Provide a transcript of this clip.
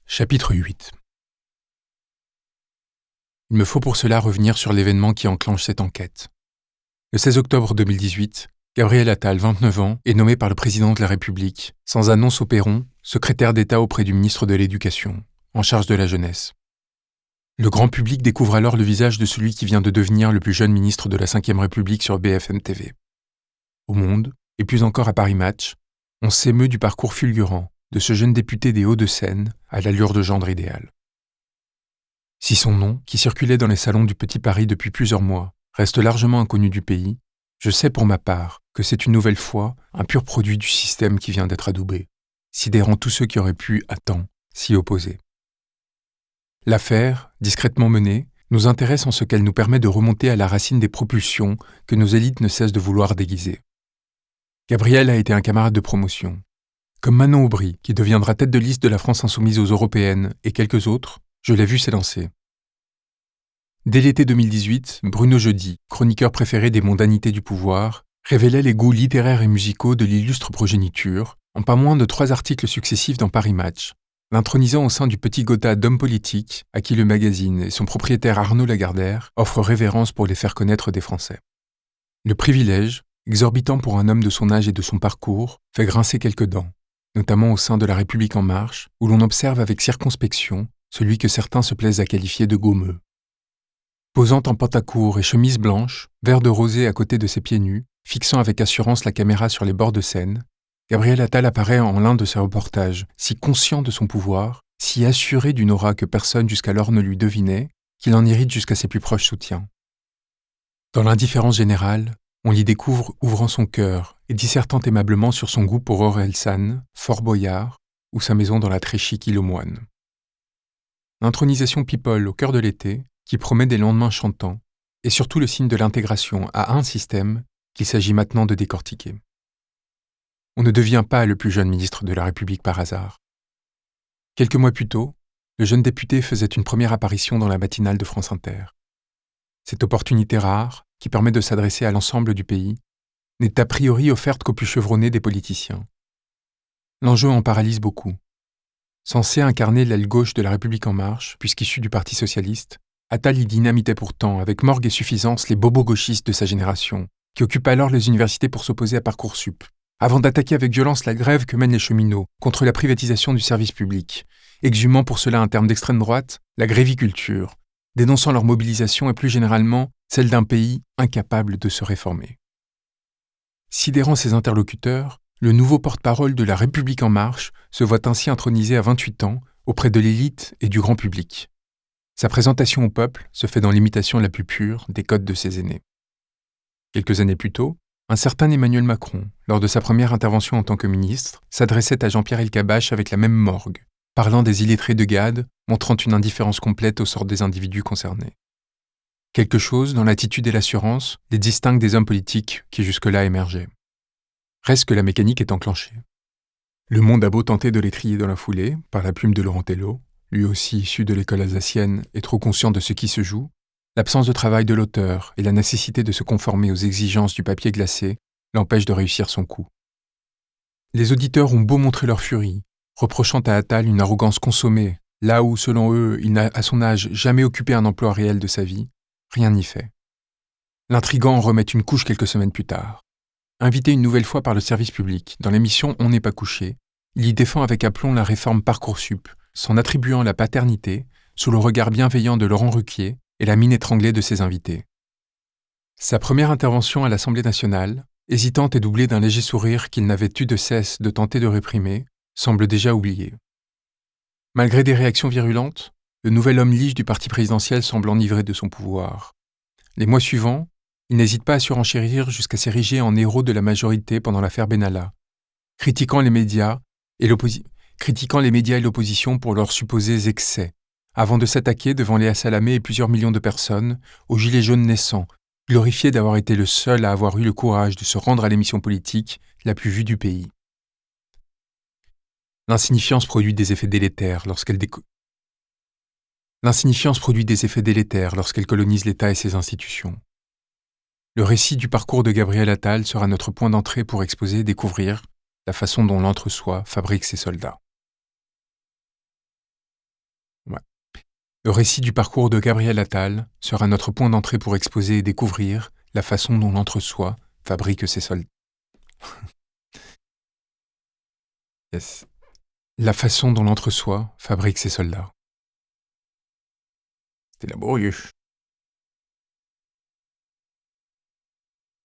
Chapitre 8. Il me faut pour cela revenir sur l'événement qui enclenche cette enquête. Le 16 octobre 2018, Gabriel Attal, 29 ans, est nommé par le président de la République, sans annonce au perron, secrétaire d'État auprès du ministre de l'Éducation, en charge de la jeunesse. Le grand public découvre alors le visage de celui qui vient de devenir le plus jeune ministre de la Ve République sur BFM TV. Au Monde, et plus encore à Paris Match, on s'émeut du parcours fulgurant de ce jeune député des Hauts-de-Seine à l'allure de gendre idéal. Si son nom, qui circulait dans les salons du Petit Paris depuis plusieurs mois, reste largement inconnu du pays, je sais pour ma part que c'est une nouvelle fois un pur produit du système qui vient d'être adoubé, sidérant tous ceux qui auraient pu, à temps, s'y opposer. L'affaire, discrètement menée, nous intéresse en ce qu'elle nous permet de remonter à la racine des propulsions que nos élites ne cessent de vouloir déguiser. Gabriel a été un camarade de promotion. Comme Manon Aubry, qui deviendra tête de liste de la France insoumise aux européennes, et quelques autres, je l'ai vu s'élancer. Dès l'été 2018, Bruno Jeudi, chroniqueur préféré des mondanités du pouvoir, révélait les goûts littéraires et musicaux de l'illustre progéniture, en pas moins de 3 articles successifs dans Paris Match, l'intronisant au sein du petit Gotha d'hommes politiques à qui le magazine et son propriétaire Arnaud Lagardère offrent révérence pour les faire connaître des Français. Le privilège, exorbitant pour un homme de son âge et de son parcours, fait grincer quelques dents, notamment au sein de La République en marche, où l'on observe avec circonspection celui que certains se plaisent à qualifier de gommeux. Posant en pantacourt et chemise blanche, verre de rosé à côté de ses pieds nus, fixant avec assurance la caméra sur les bords de Seine, Gabriel Attal apparaît en l'un de ses reportages, si conscient de son pouvoir, si assuré d'une aura que personne jusqu'alors ne lui devinait, qu'il en irrite jusqu'à ses plus proches soutiens. Dans l'indifférence générale, on l'y découvre ouvrant son cœur et dissertant aimablement sur son goût pour Orelsan, Fort Boyard ou sa maison dans la très chic île aux Moines. L'intronisation people au cœur de l'été, qui promet des lendemains chantants, est surtout le signe de l'intégration à un système qu'il s'agit maintenant de décortiquer. On ne devient pas le plus jeune ministre de la République par hasard. Quelques mois plus tôt, le jeune député faisait une première apparition dans la matinale de France Inter. Cette opportunité rare, qui permet de s'adresser à l'ensemble du pays, n'est a priori offerte qu'aux plus chevronnés des politiciens. L'enjeu en paralyse beaucoup. Censé incarner l'aile gauche de la République en marche, puisqu'issu du Parti socialiste, Attal y dynamitait pourtant avec morgue et suffisance les bobos gauchistes de sa génération, qui occupent alors les universités pour s'opposer à Parcoursup, avant d'attaquer avec violence la grève que mènent les cheminots contre la privatisation du service public, exhumant pour cela un terme d'extrême droite, la gréviculture, dénonçant leur mobilisation et plus généralement celle d'un pays incapable de se réformer. Sidérant ses interlocuteurs, le nouveau porte-parole de la République en marche se voit ainsi intronisé à 28 ans auprès de l'élite et du grand public. Sa présentation au peuple se fait dans l'imitation la plus pure des codes de ses aînés. Quelques années plus tôt, un certain Emmanuel Macron, lors de sa première intervention en tant que ministre, s'adressait à Jean-Pierre Elkabbach avec la même morgue, parlant des illettrés de Gade, montrant une indifférence complète au sort des individus concernés. Quelque chose, dans l'attitude et l'assurance, les distingue des hommes politiques qui jusque-là émergeaient. Reste que la mécanique est enclenchée. Le Monde a beau tenter de les trier dans la foulée, par la plume de Laurent Tello, lui aussi issu de l'école alsacienne et trop conscient de ce qui se joue, l'absence de travail de l'auteur et la nécessité de se conformer aux exigences du papier glacé l'empêchent de réussir son coup. Les auditeurs ont beau montrer leur furie, reprochant à Attal une arrogance consommée, là où, selon eux, il n'a, à son âge, jamais occupé un emploi réel de sa vie, rien n'y fait. L'intrigant en remet une couche quelques semaines plus tard. Invité une nouvelle fois par le service public, dans l'émission On n'est pas couché, il y défend avec aplomb la réforme Parcoursup, s'en attribuant la paternité, sous le regard bienveillant de Laurent Ruquier et la mine étranglée de ses invités. Sa première intervention à l'Assemblée nationale, hésitante et doublée d'un léger sourire qu'il n'avait eu de cesse de tenter de réprimer, semble déjà oubliée. Malgré des réactions virulentes, le nouvel homme lige du parti présidentiel semble enivré de son pouvoir. Les mois suivants, il n'hésite pas à surenchérir jusqu'à s'ériger en héros de la majorité pendant l'affaire Benalla, critiquant les médias et l'opposition pour leurs supposés excès, avant de s'attaquer devant Léa Salamé et plusieurs millions de personnes aux gilets jaunes naissants, glorifiés d'avoir été le seul à avoir eu le courage de se rendre à l'émission politique la plus vue du pays. L'insignifiance produit des effets délétères lorsqu'elle colonise l'État et ses institutions. Le récit du parcours de Gabriel Attal sera notre point d'entrée pour exposer et découvrir la façon dont l'entre-soi fabrique ses soldats. Le récit du parcours de Gabriel Attal sera notre point d'entrée pour exposer et découvrir la façon dont l'entre-soi fabrique ses soldats. Yes. La façon dont l'entre-soi fabrique ses soldats. C'était laborieux.